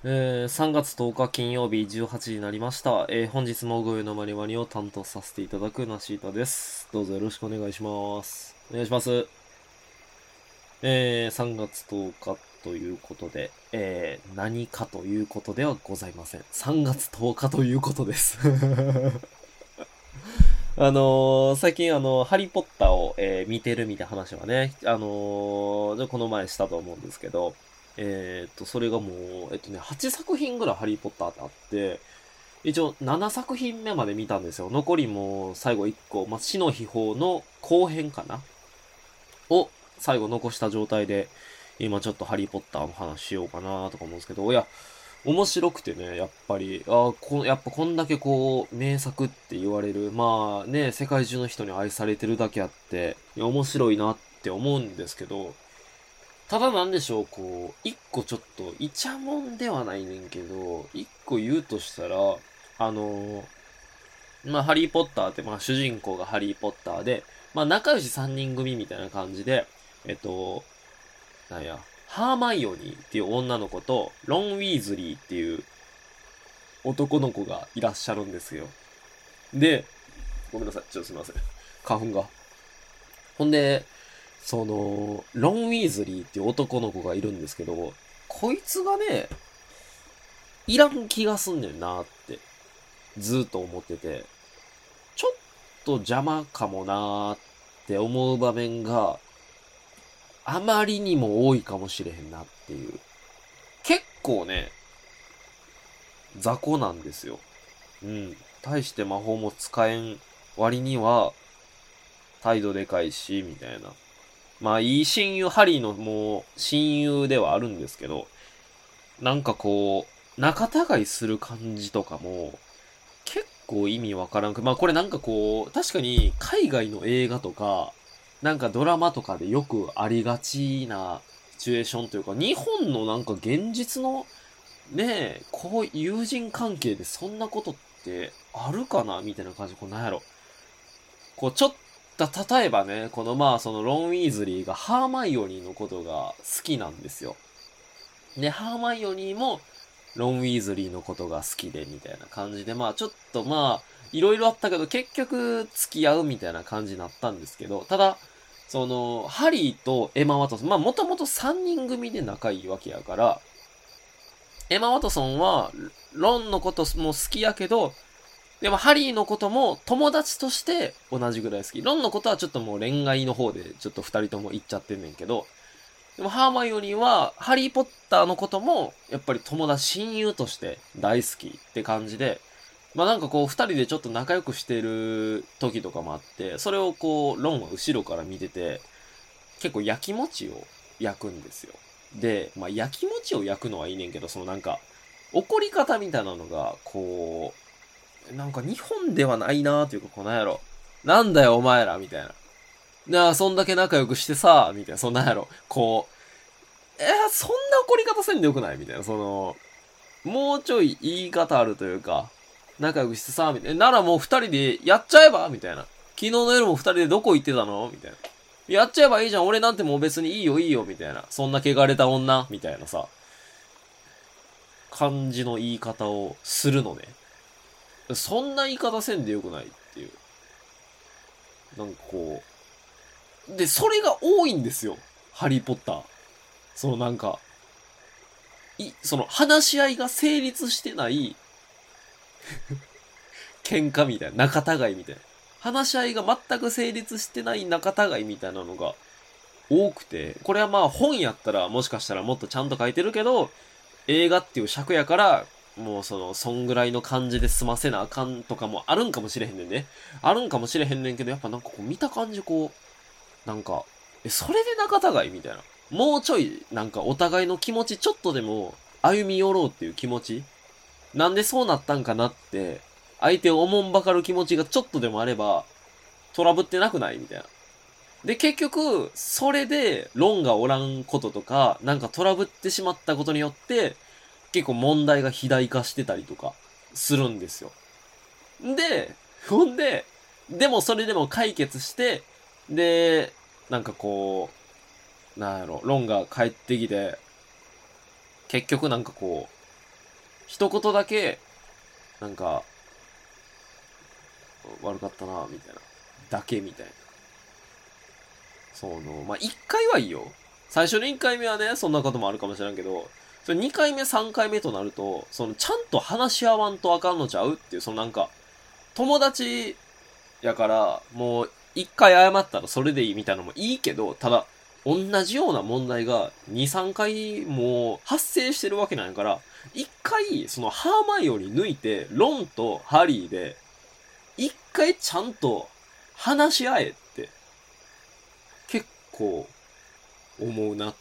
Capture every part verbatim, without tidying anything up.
えー、さんがつとおか金曜日じゅうはちじになりました。えー、本日もご用のマニマニを担当させていただくナシータです。どうぞよろしくお願いします。お願いします。えー、さんがつとおかということで、えー、何かということではございません。さんがつとおかということです。あのー、最近あの、ハリーポッターを、えー見てるみたいな話はね、あのー、じゃあこの前したと思うんですけど、えーっと、それがもう、えっとね、はちさく品ぐらいハリーポッターってあって、一応ななさく品目まで見たんですよ。残りもう最後いっこ、まあ、死の秘宝の後編かなを最後残した状態で、今ちょっとハリーポッターの話しようかなとか思うんですけど、いや、面白くてね、やっぱり、あーこやっぱこんだけこう、名作って言われる、まあね、世界中の人に愛されてるだけあって、いや面白いなって思うんですけど、ただなんでしょう、こう、一個ちょっと、イチャモンではないねんけど、一個言うとしたら、あのまあ、ハリーポッターって、まあ、主人公がハリーポッターで、まあ、仲良しさんにん組みたいな感じで、えっと、なんや、ハーマイオニーっていう女の子と、ロン・ウィーズリーっていう男の子がいらっしゃるんですよ。で、ごめんなさい、ちょっとすいません。花粉が。ほんで、その、ロン・ウィーズリーっていう男の子がいるんですけど、こいつがね、いらん気がすんねんなって、ずーっと思ってて、ちょっと邪魔かもなーって思う場面があまりにも多いかもしれへんなっていう。結構ね、雑魚なんですよ。うん。大して魔法も使えん割には態度でかいし、みたいな。まあいい親友、ハリーのもう親友ではあるんですけど、なんかこう、仲違いする感じとかも結構意味わからんく、まあこれなんかこう、確かに海外の映画とか、なんかドラマとかでよくありがちなシチュエーションというか、日本のなんか現実のねえ、こう友人関係でそんなことってあるかなみたいな感じ。こうなんやろ。こうちょっと、例えばね、このまあそのロン・ウィーズリーがハーマイオニーのことが好きなんですよ。で、ハーマイオニーもロン・ウィーズリーのことが好きで、みたいな感じで、まあちょっとまあ、いろいろあったけど、結局付き合うみたいな感じになったんですけど、ただ、その、ハリーとエマ・ワトソン、まあもともとさんにん組で仲いいわけやから、エマ・ワトソンは、ロンのことも好きやけど、でもハリーのことも友達として同じぐらい好き。ロンのことはちょっともう恋愛の方でちょっと二人とも言っちゃってんねんけど、でもハーマイオニーは、ハリーポッターのことも、やっぱり友達、親友として大好きって感じで、まあなんかこう、二人でちょっと仲良くしてる時とかもあって、それをこう、ロンは後ろから見てて、結構焼き餅を焼くんですよ。で、まあ焼き餅を焼くのはいいねんけど、そのなんか、怒り方みたいなのが、こう、なんか日本ではないなーというか、このやろ。なんだよお前ら、みたいな。なあ、そんだけ仲良くしてさ、みたいな、そんなんやろ。こう、えー、そんな怒り方せんでよくないみたいな、その、もうちょい言い方あるというか、仲良くしてさ、みたいな。ならもう二人でやっちゃえばみたいな。昨日の夜も二人でどこ行ってたのみたいな。やっちゃえばいいじゃん。俺なんてもう別にいいよいいよ、みたいな。そんな汚れた女みたいなさ、感じの言い方をするのね。そんな言い方せんでよくないっていう。なんかこう。で、それが多いんですよ。ハリーポッター。そのなんか、い、その話し合いが成立してない喧嘩みたいな、仲違いみたいな。話し合いが全く成立してない仲違いみたいなのが多くて、これはまあ本やったらもしかしたらもっとちゃんと書いてるけど、映画っていう尺やから、もうその、そんぐらいの感じで済ませなあかんとかもあるんかもしれへんねんね。あるんかもしれへんねんけど、やっぱなんかこう見た感じこう、なんか、え、それで仲違いみたいな。もうちょい、なんかお互いの気持ちちょっとでも歩み寄ろうっていう気持ちなんでそうなったんかなって、相手をおもんばかる気持ちがちょっとでもあれば、トラブってなくないみたいな。で、結局、それで、ロンがおらんこととか、なんかトラブってしまったことによって、結構問題が肥大化してたりとか、するんですよ。で、ほんで、でもそれでも解決して、で、なんかこう、なんやろ、ロンが帰ってきて、結局なんかこう、 一言だけ、なんか、悪かったな、みたいな。だけみたいな。その、まあ、一回はいいよ。最初の一回目はね、そんなこともあるかもしれんけど、それ二回目、三回目となると、その、ちゃんと話し合わんとあかんのちゃうっていう、そのなんか、友達やから、もう、一回謝ったらそれでいいみたいなのもいいけど、ただ、同じような問題がに、さんかいもう発生してるわけなんやから、一回、そのハーマイオニー抜いて、ロンとハリーで、一回ちゃんと話し合えって、結構思うなって。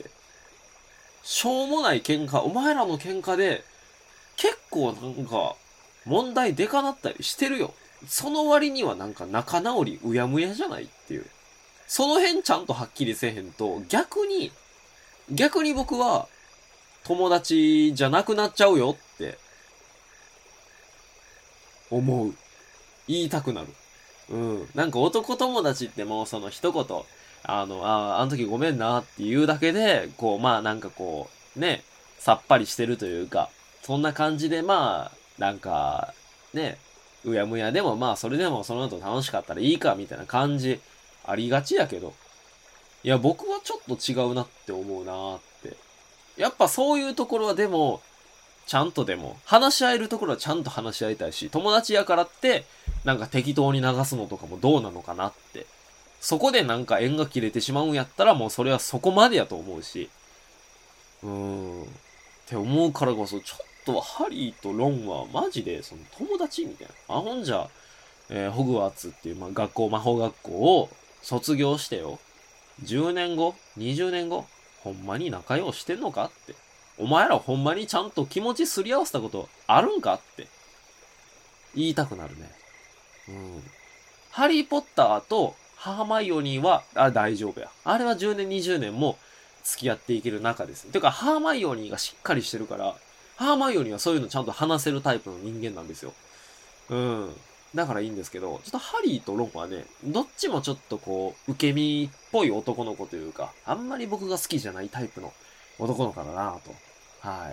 しょうもない喧嘩、お前らの喧嘩で、結構なんか、問題でかなったりしてるよ。その割にはなんか仲直りうやむやじゃないっていう。その辺ちゃんとはっきりせえへんと、逆に、逆に僕は、友達じゃなくなっちゃうよって、思う。言いたくなる。うん。なんか男友達ってもうその一言、あの、ああ、あの時ごめんなって言うだけで、こう、まあなんかこう、ね、さっぱりしてるというか、そんな感じでまあ、なんか、ね、うやむやでもまあそれでもその後楽しかったらいいかみたいな感じありがちやけど、いや僕はちょっと違うなって思うなーって。やっぱそういうところはでも、ちゃんとでも、話し合えるところはちゃんと話し合いたいし、友達やからって、なんか適当に流すのとかもどうなのかなって。そこでなんか縁が切れてしまうんやったらもうそれはそこまでやと思うし。うーん。って思うからこそ、ちょっとハリーとロンはマジでその友達みたいな。あ、ほんじゃ、えー、ホグワーツっていう、まあ、学校、魔法学校を卒業してよ。じゅうねんご ?にじゅう 年後ほんまに仲良うしてんのかって。お前らほんまにちゃんと気持ちすり合わせたことあるんかって言いたくなるね。うん。ハリーポッターとハーマイオニーは、あ、大丈夫や。あれはじゅうねん、にじゅうねんも付き合っていける仲です。てか、ハーマイオニーがしっかりしてるから、ハーマイオニーはそういうのちゃんと話せるタイプの人間なんですよ。うん。だからいいんですけど、ちょっとハリーとロンはね、どっちもちょっとこう、受け身っぽい男の子というか、あんまり僕が好きじゃないタイプの男の子だなぁと、はい。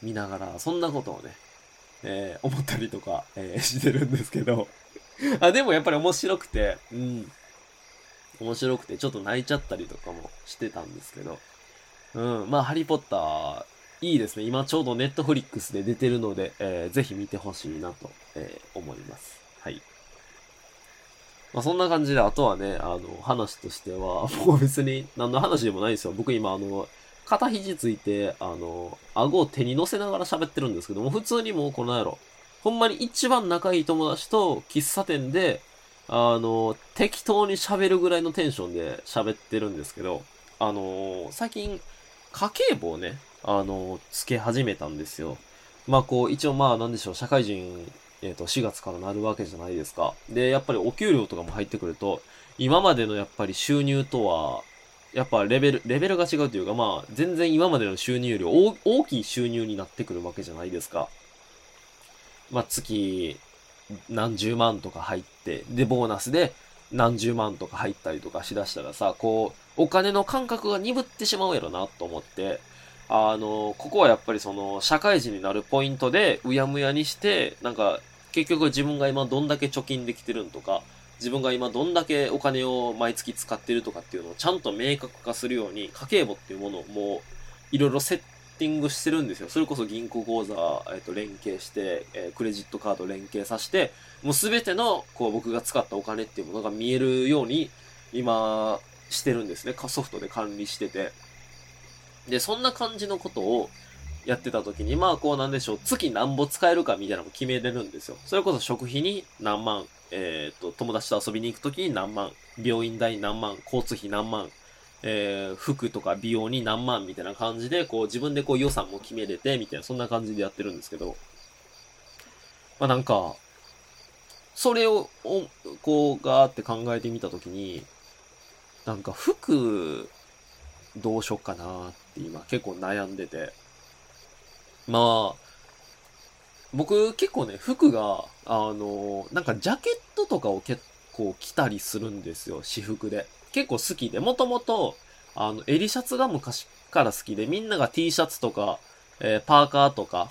見ながら、そんなことをね、えー、思ったりとか、えー、してるんですけど。あ、でもやっぱり面白くて、うん。面白くて、ちょっと泣いちゃったりとかもしてたんですけど。うん。まあ、ハリーポッター、いいですね。今ちょうどネットフリックスで出てるので、えー、ぜひ見てほしいなと、えー、思います。はい。まあ、そんな感じで、あとはね、あの、話としては、もう別に何の話でもないですよ。僕今、あの、肩肘ついて、あの、顎を手に乗せながら喋ってるんですけども、普通にもうこの野郎、ほんまに一番仲いい友達と喫茶店で、あの、適当に喋るぐらいのテンションで喋ってるんですけど、あの、最近、家計簿をね、あの、つけ始めたんですよ。まあこう、一応まあなんでしょう、社会人えっと、しがつからなるわけじゃないですか。で、やっぱりお給料とかも入ってくると、今までのやっぱり収入とは、やっぱレベル、レベルが違うというか、まあ、全然今までの収入より大大きい収入になってくるわけじゃないですか。まあ、月、何十万とか入って、で、ボーナスで何十万とか入ったりとかしだしたらさ、こう、お金の感覚が鈍ってしまうやろなと思って、あの、ここはやっぱりその、社会人になるポイントで、うやむやにして、なんか、結局自分が今どんだけ貯金できてるんとか、自分が今どんだけお金を毎月使ってるとかっていうのをちゃんと明確化するように、家計簿っていうものをもう、いろいろセッティングしてるんですよ。それこそ銀行口座、えっと、連携して、えー、クレジットカード連携させて、もうすべての、こう、僕が使ったお金っていうものが見えるように、今、してるんですね。ソフトで管理してて。で、そんな感じのことをやってた時に、まあこうなんでしょう、月何ぼ使えるかみたいなのも決めれるんですよ。それこそ食費に何万、えっと、友達と遊びに行く時に何万、病院代何万、交通費何万、えー、服とか美容に何万みたいな感じで、こう自分でこう予算も決めれて、みたいな、そんな感じでやってるんですけど、まあなんか、それを、こう、ガーって考えてみた時に、なんか服、どうしよっかなって今結構悩んでて。まあ、僕結構ね、服が、あの、なんかジャケットとかを結構着たりするんですよ、私服で。結構好きで、もともと、あの、襟シャツが昔から好きで、みんなが T シャツとか、えーパーカーとか、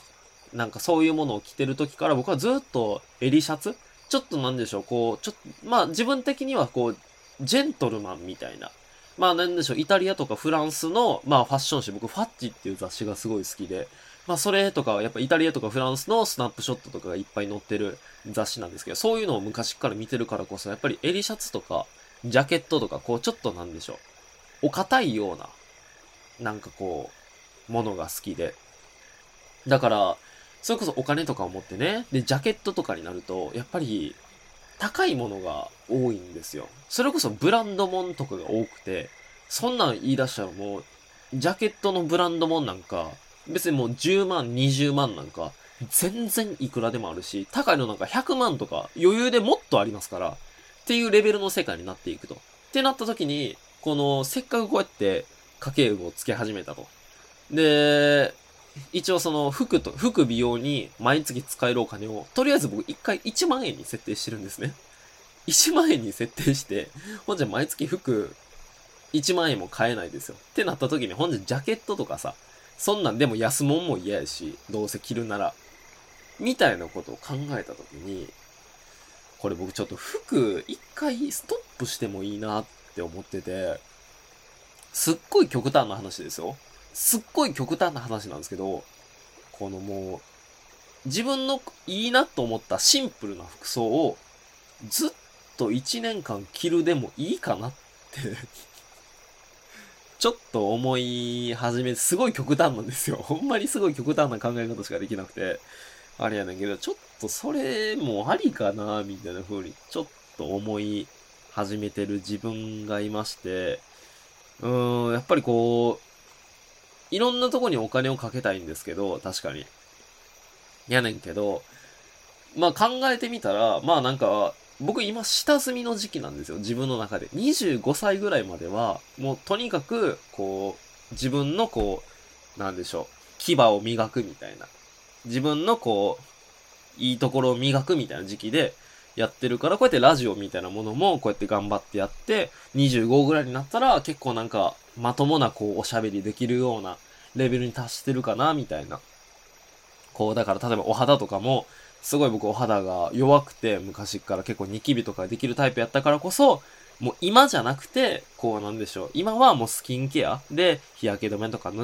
なんかそういうものを着てる時から僕はずっと襟シャツちょっとなんでしょう、こう、ちょっと、まあ自分的にはこう、ジェントルマンみたいな。まあなんでしょう、イタリアとかフランスの、まあファッション誌、僕ファッチっていう雑誌がすごい好きで、まあそれとか、やっぱイタリアとかフランスのスナップショットとかがいっぱい載ってる雑誌なんですけど、そういうのを昔から見てるからこそ、やっぱり襟シャツとか、ジャケットとか、こうちょっとなんでしょう、お堅いような、なんかこう、ものが好きで。だから、それこそお金とかを持ってね、で、ジャケットとかになると、やっぱり、高いものが多いんですよ。それこそブランドもんとかが多くて、そんなん言い出したらもう、ジャケットのブランドもんなんか、別にもうじゅうまん、にじゅうまんなんか、全然いくらでもあるし、高いのなんかひゃくまんとか余裕でもっとありますから、っていうレベルの世界になっていくと。ってなった時に、この、せっかくこうやって家計簿をつけ始めたと。で、一応その服と、服美容に毎月使えるお金を、とりあえず僕一回いちまん円に設定してるんですね。いちまん円に設定して、ほんじゃ毎月服いちまん円も買えないですよ。ってなった時に、ほんじゃジャケットとかさ、そんなんでも安物も嫌やし、どうせ着るなら、みたいなことを考えた時に、これ僕ちょっと服一回ストップしてもいいなって思ってて、すっごい極端な話ですよ。すっごい極端な話なんですけど、このもう、自分のいいなと思ったシンプルな服装をずっといちねんかん着るでもいいかなってちょっと思い始め、すごい極端なんですよ。ほんまにすごい極端な考え方しかできなくて、あれやねんけど、ちょっとそれもありかなみたいな風にちょっと思い始めてる自分がいまして、うーん、やっぱりこう、いろんなとこにお金をかけたいんですけど、確かに。やねんけど、まあ考えてみたら、まあなんか、僕今下積みの時期なんですよ、自分の中で。にじゅうごさいぐらいまでは、もうとにかく、こう、自分のこう、なんでしょう、牙を磨くみたいな。自分のこう、いいところを磨くみたいな時期でやってるから、こうやってラジオみたいなものもこうやって頑張ってやって、にじゅうごぐらいになったら結構なんか、まともなこう、おしゃべりできるようなレベルに達してるかな、みたいな。こう、だから例えばお肌とかも、すごい僕お肌が弱くて、昔から結構ニキビとかできるタイプやったからこそ、もう今じゃなくて、こうなんでしょう。今はもうスキンケアで日焼け止めとか塗って、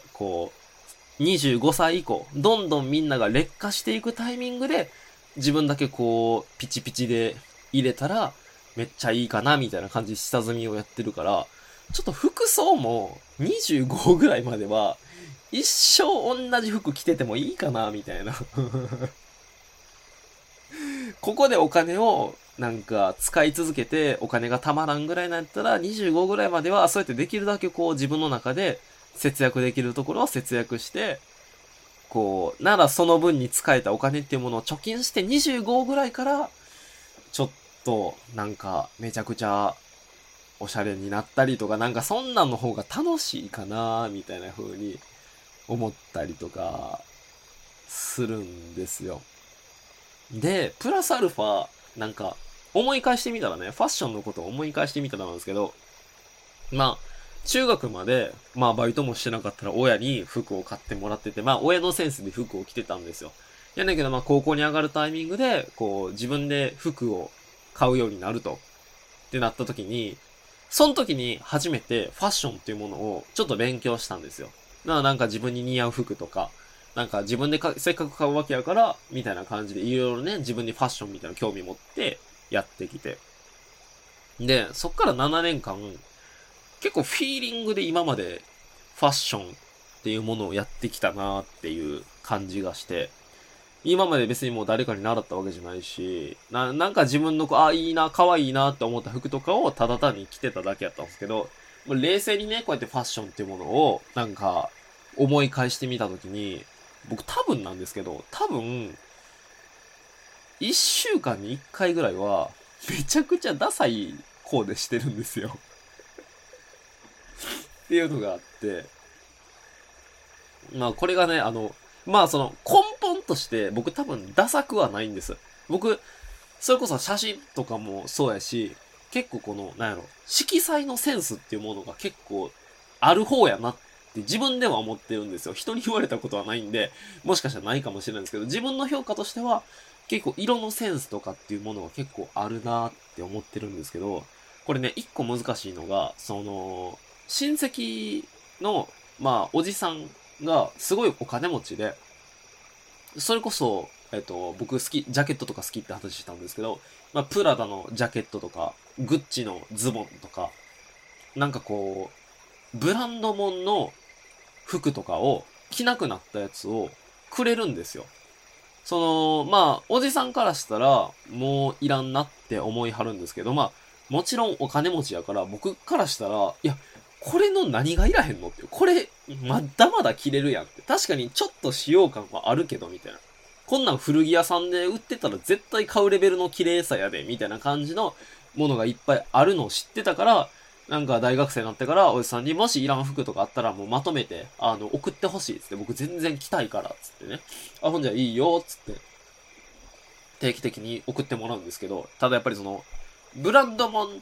こう、にじゅうごさい以降、どんどんみんなが劣化していくタイミングで、自分だけこう、ピチピチで入れたら、めっちゃいいかな、みたいな感じで下積みをやってるから、ちょっと服装もにじゅうごぐらいまでは、一生同じ服着ててもいいかな、みたいな。ここでお金をなんか使い続けてお金がたまらんぐらいなんやったらにじゅうごぐらいまではそうやってできるだけこう自分の中で節約できるところは節約して、こう、ならその分に使えたお金っていうものを貯金してにじゅうごぐらいからちょっとなんかめちゃくちゃおしゃれになったりとかなんかそんなんの方が楽しいかなみたいな風に思ったりとかするんですよ。で、プラスアルファ、なんか、思い返してみたらね、ファッションのことを思い返してみたらなんですけど、まあ、中学まで、まあバイトもしてなかったら親に服を買ってもらってて、まあ親のセンスで服を着てたんですよ。やねんけどまあ高校に上がるタイミングで、こう自分で服を買うようになると。ってなった時に、その時に初めてファッションっていうものをちょっと勉強したんですよ。だからなんか自分に似合う服とか、なんか自分でかせっかく買うわけやから、みたいな感じでいろいろね、自分にファッションみたいな興味持ってやってきて。で、そっからななねんかん、結構フィーリングで今までファッションっていうものをやってきたなーっていう感じがして、今まで別にもう誰かに習ったわけじゃないし、な、なんか自分のこう、あ、いいな、可愛いなって思った服とかをただ単に着てただけやったんですけど、もう冷静にね、こうやってファッションっていうものを、なんか、思い返してみたときに、僕多分なんですけど、多分、一週間に一回ぐらいは、めちゃくちゃダサいコーデしてるんですよ。っていうのがあって、まあこれがね、あの、まあその根本として僕多分ダサくはないんです。僕、それこそ写真とかもそうやし、結構この、なんやろ、色彩のセンスっていうものが結構ある方やなっって自分では思ってるんですよ。人に言われたことはないんで、もしかしたらないかもしれないんですけど、自分の評価としては、結構色のセンスとかっていうものが結構あるなって思ってるんですけど、これね、一個難しいのが、その、親戚の、まあ、おじさんがすごいお金持ちで、それこそ、えっと、僕好き、ジャケットとか好きって話したんですけど、まあ、プラダのジャケットとか、グッチのズボンとか、なんかこう、ブランドもんの服とかを着なくなったやつをくれるんですよ。その、まあ、おじさんからしたら、もういらんなって思いはるんですけど、まあ、もちろんお金持ちやから、僕からしたら、いや、これの何がいらへんのって、これ、まだまだ着れるやんって。確かにちょっと使用感はあるけど、みたいな。こんなん古着屋さんで売ってたら絶対買うレベルの綺麗さやで、みたいな感じのものがいっぱいあるのを知ってたから、なんか大学生になってからおじさんにもしいらん服とかあったらもうまとめて、あの、送ってほしいっつって、僕全然着たいから、つってね。あ、ほんじゃいいよ、つって。定期的に送ってもらうんですけど、ただやっぱりその、ブランドもんって、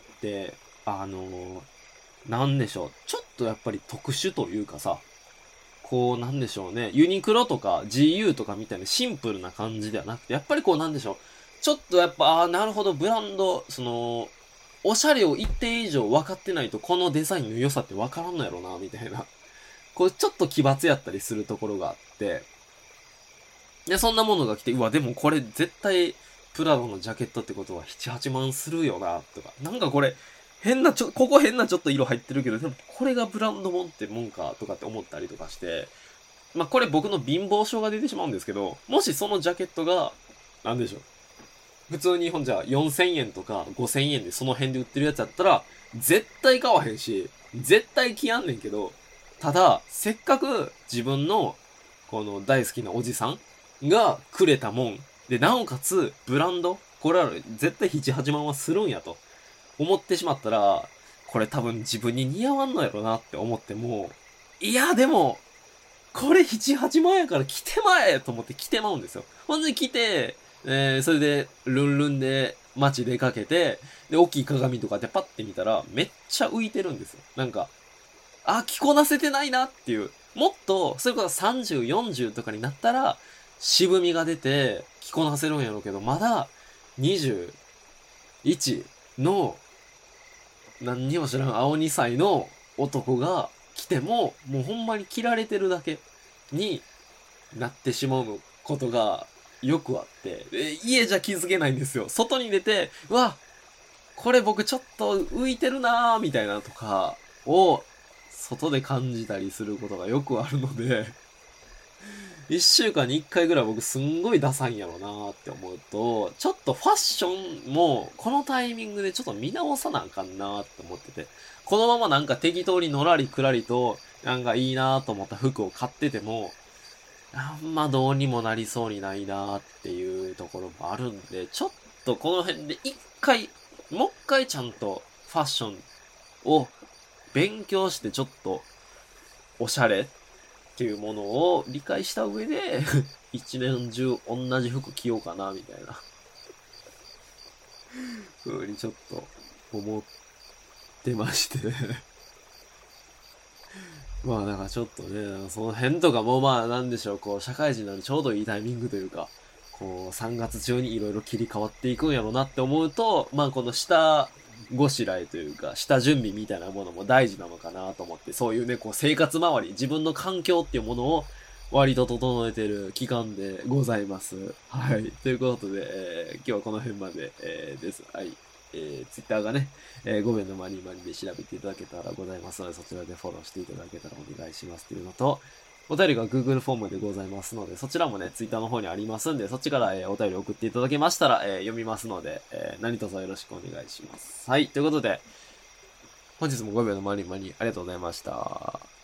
あのなんでしょう。ちょっとやっぱり特殊というかさ、こうなんでしょうね。ユニクロとか ジーユー とかみたいなシンプルな感じではなくて、やっぱりこうなんでしょう。ちょっとやっぱ、ああ、なるほど、ブランド、その、おしゃれを一定以上分かってないと、このデザインの良さって分からんのやろな、みたいな。こう、ちょっと奇抜やったりするところがあって、で、そんなものが来て、うわ、でもこれ絶対、プラドのジャケットってことはなな、はちまんするよな、とか。なんかこれ、変な、ちょ、ここ変なちょっと色入ってるけど、でもこれがブランドもんってもんか、とかって思ったりとかして、まあ、これ僕の貧乏症が出てしまうんですけど、もしそのジャケットが、なんでしょう。普通にほんじゃよんせんえんとかごせんえんでその辺で売ってるやつやったら、絶対買わへんし、絶対着やんねんけど、ただ、せっかく自分の、この大好きなおじさんがくれたもん、で、なおかつ、ブランド、これは絶対なな、はちまんはするんやと、思ってしまったら、これ多分自分に似合わんのやろなって思っても、いや、でも、これなな、はちまんやから着てまえと思って着てまうんですよ。ほんで着て、えー、それで、ルンルンで街出かけて、で、大きい鏡とかでパッて見たら、めっちゃ浮いてるんですよ。なんか、あ、着こなせてないなっていう。もっと、それこそさんじゅう、よんじゅうとかになったら、渋みが出て、着こなせるんやろうけど、まだ、にじゅういちの、何にも知らん青にさいの男が来ても、もうほんまに着られてるだけになってしまうことがよくあって、家じゃ気づけないんですよ。外に出て、うわ、これ僕ちょっと浮いてるなーみたいなとかを外で感じたりすることがよくあるので、一週間に一回ぐらい僕すんごいダサいんやろなーって思うと、ちょっとファッションもこのタイミングでちょっと見直さなあかんなーって思ってて、このままなんか適当にのらりくらりとなんかいいなーと思った服を買ってても、あんまどうにもなりそうにないなーっていうところもあるんで、ちょっとこの辺で一回、もう一回ちゃんとファッションを勉強してちょっとおしゃれっていうものを理解した上で一年中同じ服着ようかなみたいな風にちょっと思ってましてねまあだからちょっとね、その辺とかもまあなんでしょう、こう社会人なんでちょうどいいタイミングというか、こうさんがつ中にいろいろ切り替わっていくんやろうなって思うと、まあこの下ごしらえというか、下準備みたいなものも大事なのかなと思って、そういうね、こう生活周り、自分の環境っていうものを割と整えてる期間でございます。はい。ということで、えー、今日はこの辺まで、えー、です。はい。えー、ツイッターがね、えー、ごめんのまにまにで調べていただけたらございますので、そちらでフォローしていただけたらお願いしますというのと、お便りが Google フォームでございますので、そちらもね、Twitter の方にありますんで、そっちから、えー、お便り送っていただけましたら、えー、読みますので、えー、何卒よろしくお願いします。はい。ということで、本日もごびょうのまにまにありがとうございました。